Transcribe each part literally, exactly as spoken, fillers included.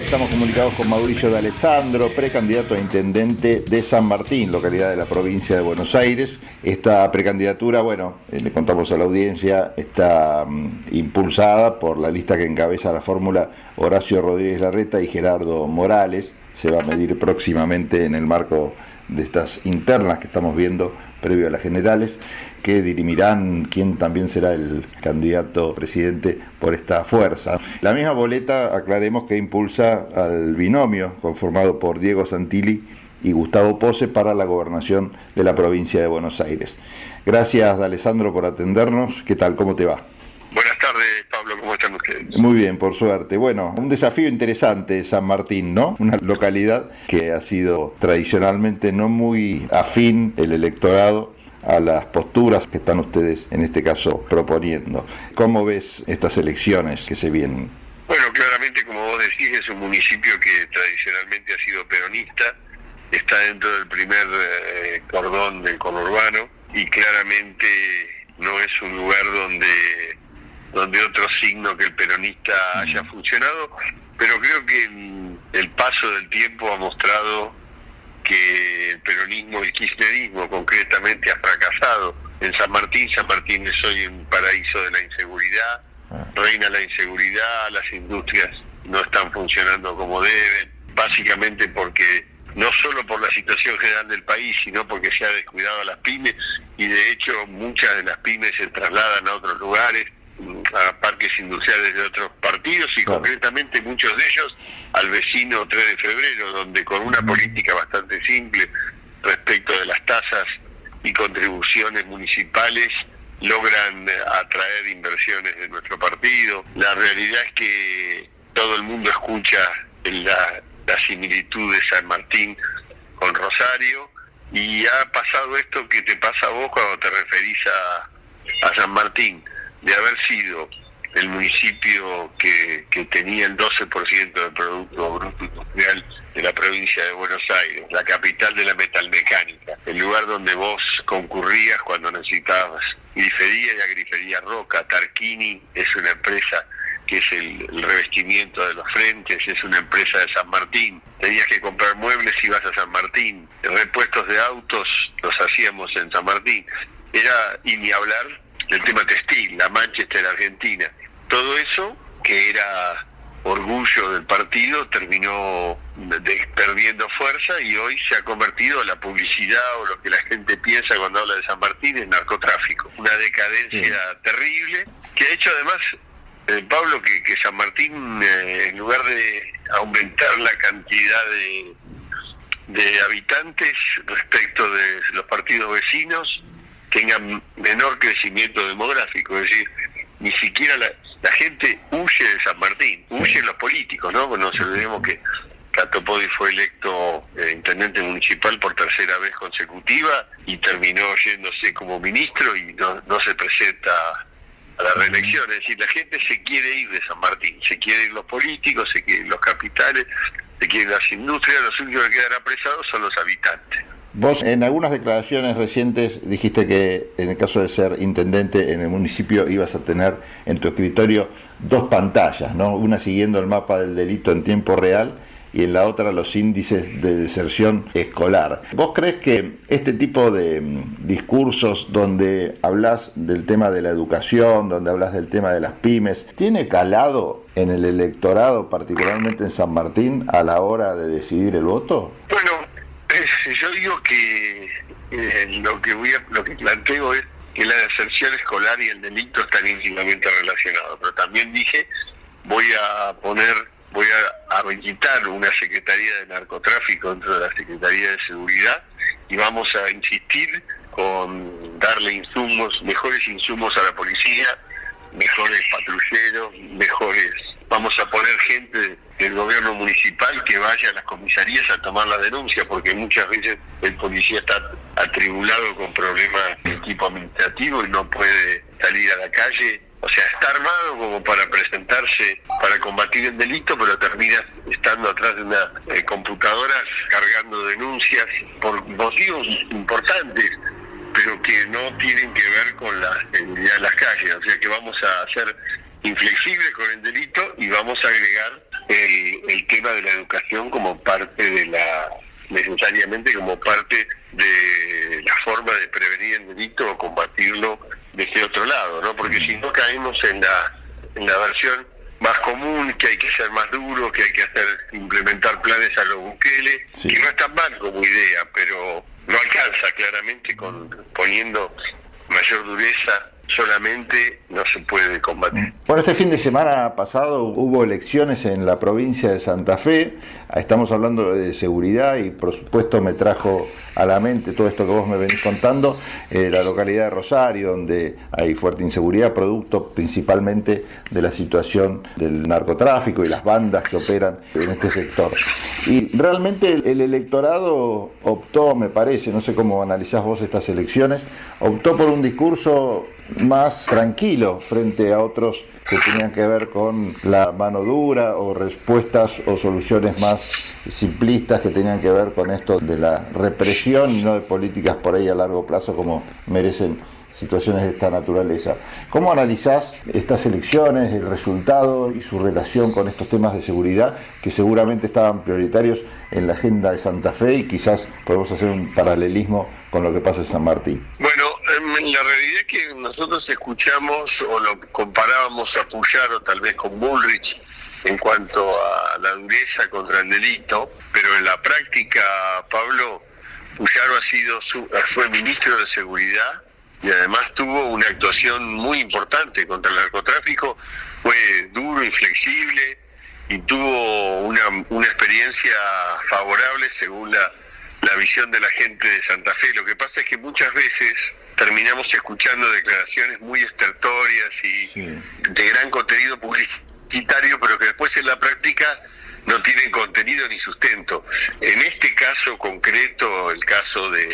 Estamos comunicados con Mauricio D'Alessandro, precandidato a intendente de San Martín, localidad de la provincia de Buenos Aires. Esta precandidatura, bueno, eh, le contamos a la audiencia, está um, impulsada por la lista que encabeza la fórmula Horacio Rodríguez Larreta y Gerardo Morales. Se va a medir próximamente en el marco de estas internas que estamos viendo previo a las generales, que dirimirán quién también será el candidato presidente por esta fuerza. La misma boleta, aclaremos, que impulsa al binomio conformado por Diego Santilli y Gustavo Pose para la gobernación de la provincia de Buenos Aires. Gracias, D'Alessandro, por atendernos. ¿Qué tal? ¿Cómo te va? Buenas tardes, Pablo, ¿cómo están ustedes? Muy bien, por suerte. Bueno, un desafío interesante San Martín, ¿no? Una localidad que ha sido tradicionalmente no muy afín el electorado a las posturas que están ustedes en este caso proponiendo. ¿Cómo ves estas elecciones que se vienen? Bueno, claramente, como vos decís, es un municipio que tradicionalmente ha sido peronista, está dentro del primer eh, cordón del conurbano y claramente no es un lugar donde donde otro signo que el peronista haya funcionado, pero creo que el paso del tiempo ha mostrado que el peronismo, el kirchnerismo concretamente, ha fracasado en San Martín. San Martín es hoy un paraíso de la inseguridad, reina la inseguridad, las industrias no están funcionando como deben, básicamente porque no solo por la situación general del país, sino porque se ha descuidado a las pymes, y de hecho muchas de las pymes se trasladan a otros lugares, a parques industriales de otros partidos, y claro, concretamente muchos de ellos al vecino tres de febrero, donde con una política bastante simple respecto de las tasas y contribuciones municipales logran atraer inversiones de nuestro partido. La realidad es que todo el mundo escucha la, la similitud de San Martín con Rosario, y ha pasado esto que te pasa a vos cuando te referís a, a San Martín, de haber sido el municipio que, que tenía el doce por ciento del Producto Bruto Industrial de la provincia de Buenos Aires, la capital de la metalmecánica, el lugar donde vos concurrías cuando necesitabas grifería y agrifería Roca. Tarquini es una empresa que es el, el revestimiento de los frentes, es una empresa de San Martín. Tenías que comprar muebles y ibas a San Martín. Repuestos de autos los hacíamos en San Martín. Era, y ni hablar, el tema textil, la Manchester Argentina. Todo eso, que era orgullo del partido, terminó de, perdiendo fuerza, y hoy se ha convertido en la publicidad o lo que la gente piensa cuando habla de San Martín en narcotráfico. Una decadencia sí. terrible, que ha hecho además, eh, Pablo, que, que San Martín, eh, en lugar de aumentar la cantidad de, de habitantes respecto de los partidos vecinos, tengan menor crecimiento demográfico. Es decir, ni siquiera la, la gente huye de San Martín, huyen los políticos, ¿no? No se olvidemos que Cato Podi fue electo eh, intendente municipal por tercera vez consecutiva y terminó yéndose como ministro y no, no se presenta a la reelección. Es decir, la gente se quiere ir de San Martín, se quieren ir los políticos, se quieren los capitales, se quieren las industrias, los únicos que quedan apresados son los habitantes. Vos en algunas declaraciones recientes dijiste que en el caso de ser intendente en el municipio ibas a tener en tu escritorio dos pantallas, ¿no? Una siguiendo el mapa del delito en tiempo real y en la otra los índices de deserción escolar. ¿Vos crees que este tipo de discursos donde hablas del tema de la educación, donde hablas del tema de las pymes, tiene calado en el electorado, particularmente en San Martín, a la hora de decidir el voto? Bueno, yo digo que eh, lo que voy a, lo que planteo es que la deserción escolar y el delito están íntimamente relacionados, pero también dije voy a poner, voy a habilitar una Secretaría de Narcotráfico dentro de la Secretaría de Seguridad, y vamos a insistir con darle insumos, mejores insumos a la policía, mejores patrulleros, mejores, vamos a poner gente del gobierno municipal que vaya a las comisarías a tomar la denuncia, porque muchas veces el policía está atribulado con problemas de tipo administrativo y no puede salir a la calle. O sea, está armado como para presentarse, para combatir el delito, pero termina estando atrás de una eh, computadora cargando denuncias por motivos importantes, pero que no tienen que ver con la seguridad en las calles. O sea que vamos a ser inflexibles con el delito y vamos a agregar el, el tema de la educación como parte de la, necesariamente como parte de la forma de prevenir el delito o combatirlo desde otro lado, ¿no? Porque si no caemos en la, en la versión más común, que hay que ser más duro, que hay que hacer implementar planes a los Bukele, sí. Que no es tan mal como idea, pero no alcanza claramente con poniendo mayor dureza. Solamente no se puede combatir. Bueno, este fin de semana pasado hubo elecciones en la provincia de Santa Fe. Estamos hablando de seguridad y por supuesto me trajo a la mente todo esto que vos me venís contando, eh, la localidad de Rosario, donde hay fuerte inseguridad, producto principalmente de la situación del narcotráfico y las bandas que operan en este sector. Y realmente el, el electorado optó, me parece, no sé cómo analizás vos estas elecciones, optó por un discurso más tranquilo frente a otros que tenían que ver con la mano dura o respuestas o soluciones más simplistas que tenían que ver con esto de la represión y no de políticas por ahí a largo plazo como merecen situaciones de esta naturaleza. ¿Cómo analizás estas elecciones, el resultado y su relación con estos temas de seguridad que seguramente estaban prioritarios en la agenda de Santa Fe y quizás podemos hacer un paralelismo con lo que pasa en San Martín? Bueno, la realidad es que nosotros escuchamos o lo comparábamos a Puyaro tal vez con Bullrich en cuanto a la dureza contra el delito, pero en la práctica, Pablo, Puyaro ha sido su, fue ministro de Seguridad y además tuvo una actuación muy importante contra el narcotráfico, fue duro, inflexible y tuvo una, una experiencia favorable según la, la visión de la gente de Santa Fe. Lo que pasa es que muchas veces terminamos escuchando declaraciones muy estertorias y sí. de gran contenido publicitario, pero que después en la práctica no tienen contenido ni sustento. En este caso concreto, el caso de,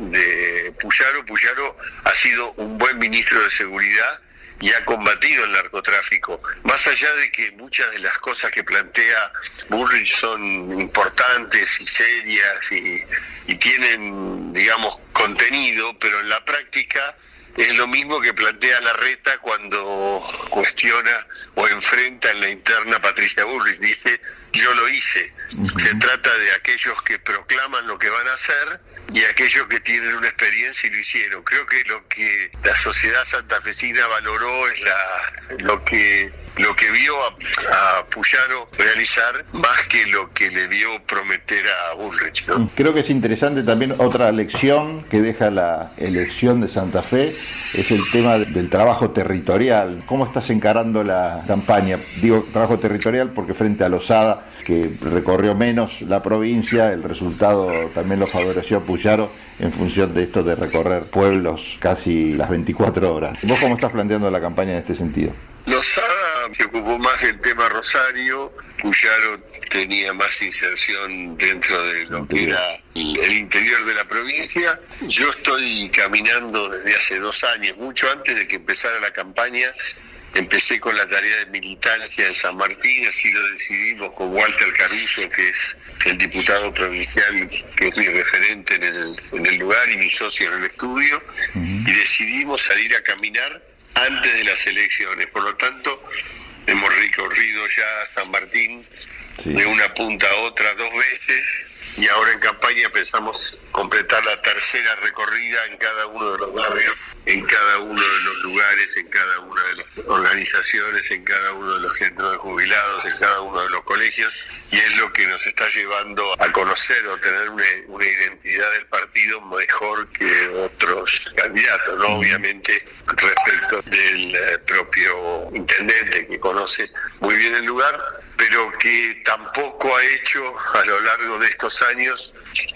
de Puyaro, Puyaro ha sido un buen ministro de Seguridad y ha combatido el narcotráfico. Más allá de que muchas de las cosas que plantea Bullrich son importantes y serias y, y tienen, digamos, contenido, pero en la práctica es lo mismo que plantea Larreta cuando cuestiona o enfrenta en la interna Patricia Bullrich. Dice, yo lo hice. Uh-huh. Se trata de aquellos que proclaman lo que van a hacer y aquellos que tienen una experiencia y lo hicieron. Creo que lo que la sociedad santafesina valoró es la lo que lo que vio a, a Puyaro realizar más que lo que le vio prometer a Bullrich, ¿no? Creo que es interesante también otra lección que deja la elección de Santa Fe, es el tema del trabajo territorial. ¿Cómo estás encarando la campaña? Digo trabajo territorial porque frente a Lozada, que recorrió menos la provincia, el resultado también lo favoreció a Puyaro en función de esto de recorrer pueblos casi las veinticuatro horas. ¿Vos cómo estás planteando la campaña en este sentido? Lozada se ocupó más del tema Rosario, Puyaro tenía más inserción dentro de lo que era el interior de la provincia. Yo estoy caminando desde hace dos años, mucho antes de que empezara la campaña. Empecé con la tarea de militancia en San Martín, así lo decidimos con Walter Caruso, que es el diputado provincial, que es mi referente en el, en el lugar y mi socio en el estudio, uh-huh. y decidimos salir a caminar antes de las elecciones. Por lo tanto, hemos recorrido ya San Martín sí. de una punta a otra dos veces y ahora en campaña pensamos completar la tercera recorrida en cada uno de los barrios, en cada uno de los lugares, en cada una de las organizaciones, en cada uno de los centros de jubilados, en cada uno de los colegios, y es lo que nos está llevando a conocer o tener una, una identidad del partido mejor que otros candidatos, ¿no? Obviamente respecto del eh, propio intendente que conoce muy bien el lugar, pero que tampoco ha hecho a lo largo de estos años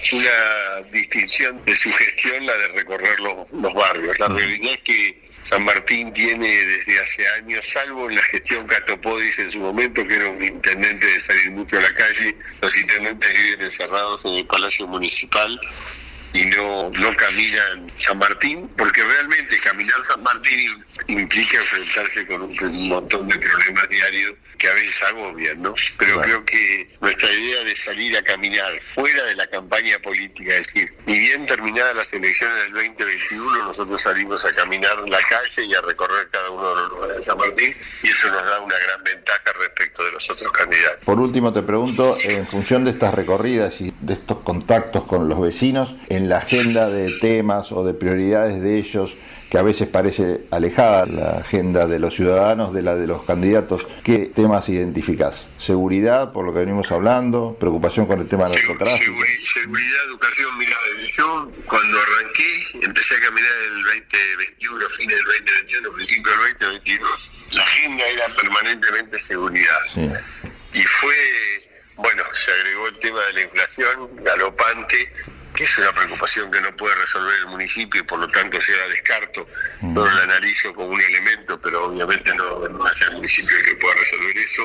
una distinción de su gestión, la de recorrer los, los barrios. La realidad es que San Martín tiene desde hace años, salvo en la gestión Catopodis en su momento, que era un intendente de salir mucho a la calle, los intendentes viven encerrados en el Palacio Municipal, y no, no caminan San Martín, porque realmente caminar San Martín implica enfrentarse con un, un montón de problemas diarios que a veces agobian, ¿no? Pero claro, creo que nuestra idea de salir a caminar fuera de la campaña política, es decir, ni bien terminadas las elecciones del veinte veintiuno, nosotros salimos a caminar la calle y a recorrer cada uno de los lugares de San Martín, y eso nos da una gran ventaja respecto de los otros candidatos. Por último te pregunto, en función de estas recorridas y de estos contactos con los vecinos, en la agenda de temas o de prioridades de ellos, que a veces parece alejada la agenda de los ciudadanos de la de los candidatos, ¿qué temas identificás? ¿Seguridad, por lo que venimos hablando? ¿Preocupación con el tema del narcotráfico? Seguridad, educación. Mira, yo cuando arranqué, empecé a caminar el veinte veintiuno, fines del veinte veintiuno, principio del veinte veintidós, la agenda era permanentemente seguridad. Sí. Y fue, bueno, se agregó el tema de la inflación galopante, que es una preocupación que no puede resolver el municipio y por lo tanto yo la descarto, mm. no la analizo como un elemento, pero obviamente no, no es el municipio el que pueda resolver eso.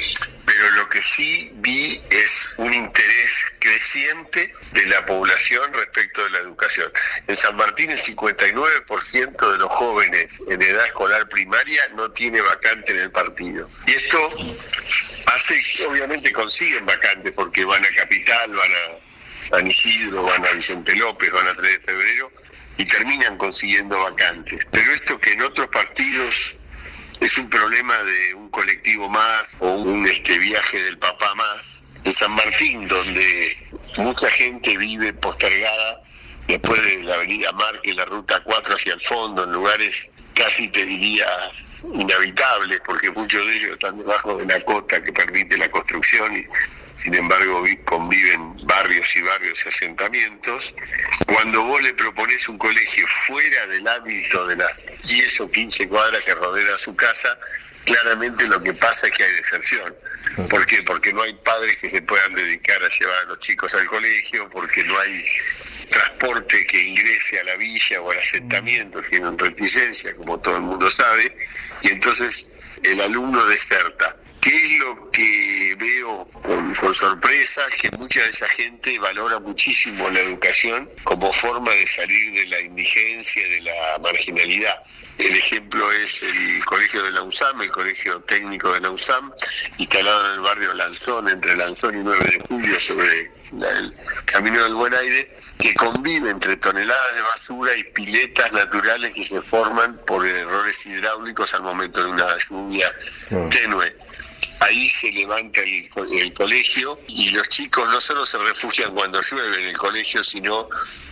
Pero lo que sí vi es un interés creciente de la población respecto de la educación. En San Martín el cincuenta y nueve por ciento de los jóvenes en edad escolar primaria no tiene vacante en el partido. Y esto hace que obviamente consiguen vacante porque van a Capital, van a San Isidro, van a Vicente López, van a tres de febrero y terminan consiguiendo vacantes. Pero esto que en otros partidos es un problema de un colectivo más o un este viaje del papá más, en San Martín, donde mucha gente vive postergada después de la avenida Marque, la ruta cuatro hacia el fondo, en lugares casi te diría inhabitables, porque muchos de ellos están debajo de la cota que permite la construcción y sin embargo conviven barrios y barrios y asentamientos. Cuando vos le proponés un colegio fuera del ámbito de las diez o quince cuadras que rodean a su casa, claramente lo que pasa es que hay deserción. ¿Por qué? Porque no hay padres que se puedan dedicar a llevar a los chicos al colegio, porque no hay transporte que ingrese a la villa o al asentamiento, tienen reticencia, como todo el mundo sabe, y entonces el alumno deserta. ¿Qué es lo que veo con, con sorpresa? Que mucha de esa gente valora muchísimo la educación como forma de salir de la indigencia, de la marginalidad. El ejemplo es el colegio de la UNSAM, el colegio técnico de la UNSAM, instalado en el barrio Lanzón, entre Lanzón y nueve de julio, sobre la, el Camino del Buen Aire, que convive entre toneladas de basura y piletas naturales que se forman por errores hidráulicos al momento de una lluvia mm. tenue. Ahí se levanta el, el colegio y los chicos no solo se refugian cuando llueve en el colegio, sino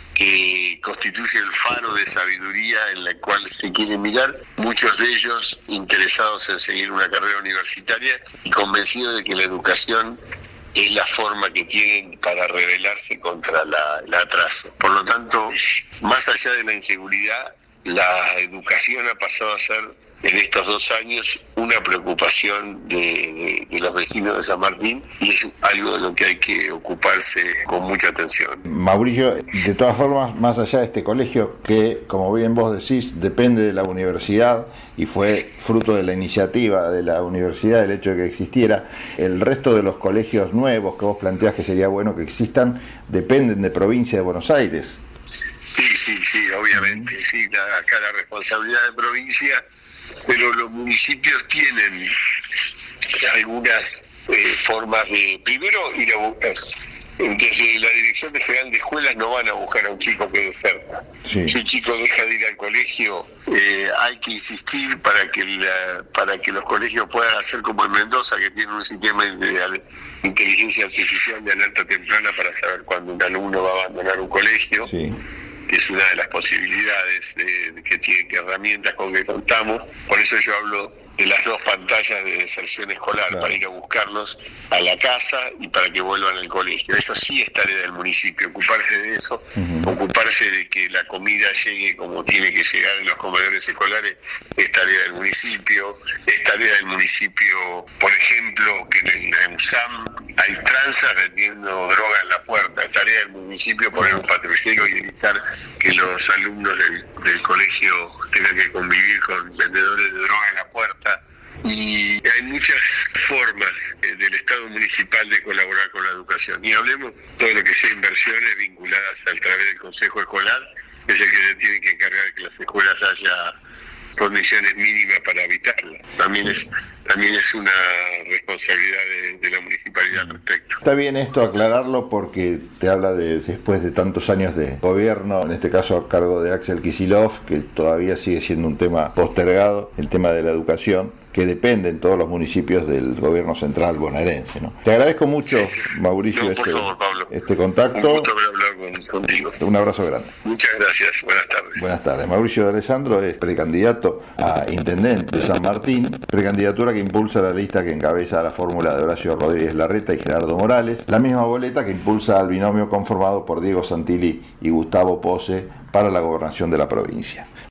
que constituye el faro de sabiduría en la cual se quieren mirar, muchos de ellos interesados en seguir una carrera universitaria y convencidos de que la educación es la forma que tienen para rebelarse contra la, el atraso. Por lo tanto, más allá de la inseguridad, la educación ha pasado a ser en estos dos años una preocupación de, de, de los vecinos de San Martín y es algo de lo que hay que ocuparse con mucha atención. Mauricio, de todas formas, más allá de este colegio que, como bien vos decís, depende de la universidad y fue fruto de la iniciativa de la universidad el hecho de que existiera, el resto de los colegios nuevos que vos planteás que sería bueno que existan dependen de provincia de Buenos Aires. Sí, sí, sí, obviamente, sí, la, acá la responsabilidad de provincia, pero los municipios tienen algunas eh, formas de, primero, ir a buscar, desde la Dirección General de Escuelas no van a buscar a un chico que deserta. Sí. Si un chico deja de ir al colegio, eh, hay que insistir para que la, para que los colegios puedan hacer como en Mendoza, que tiene un sistema de inteligencia artificial de alerta temprana para saber cuándo un alumno va a abandonar un colegio. Sí. Que es una de las posibilidades de, de que tiene que herramientas con que contamos. Por eso yo hablo de las dos pantallas de deserción escolar, claro, para ir a buscarlos a la casa y para que vuelvan al colegio. Eso sí es tarea del municipio, ocuparse de eso, uh-huh. ocuparse de que la comida llegue como tiene que llegar en los comedores escolares, es tarea del municipio. Es tarea del municipio, por ejemplo, que en la UNSAM hay tranzas vendiendo droga en la puerta. Es tarea del municipio poner un patrullero y evitar que los alumnos del, del colegio tengan que convivir con vendedores de droga en la puerta. y hay muchas formas eh, del Estado municipal de colaborar con la educación. Y hablemos todo lo que sea inversiones vinculadas a través del Consejo Escolar, es el que se tiene que encargar de que las escuelas haya condiciones mínimas para habitarlas. También es también es una responsabilidad de, de la municipalidad al respecto. Está bien esto aclararlo porque te habla de después de tantos años de gobierno, en este caso a cargo de Axel Kicillof, que todavía sigue siendo un tema postergado, el tema de la educación, que depende en todos los municipios del gobierno central bonaerense, ¿no? Te agradezco mucho, sí. Mauricio, no, este, favor, este contacto. Un gusto haber hablado con, contigo. Un abrazo grande. Muchas gracias. Buenas tardes. Buenas tardes. Mauricio de Alessandro es precandidato a intendente de San Martín, precandidatura que impulsa la lista que encabeza la fórmula de Horacio Rodríguez Larreta y Gerardo Morales, la misma boleta que impulsa al binomio conformado por Diego Santilli y Gustavo Pose para la gobernación de la provincia.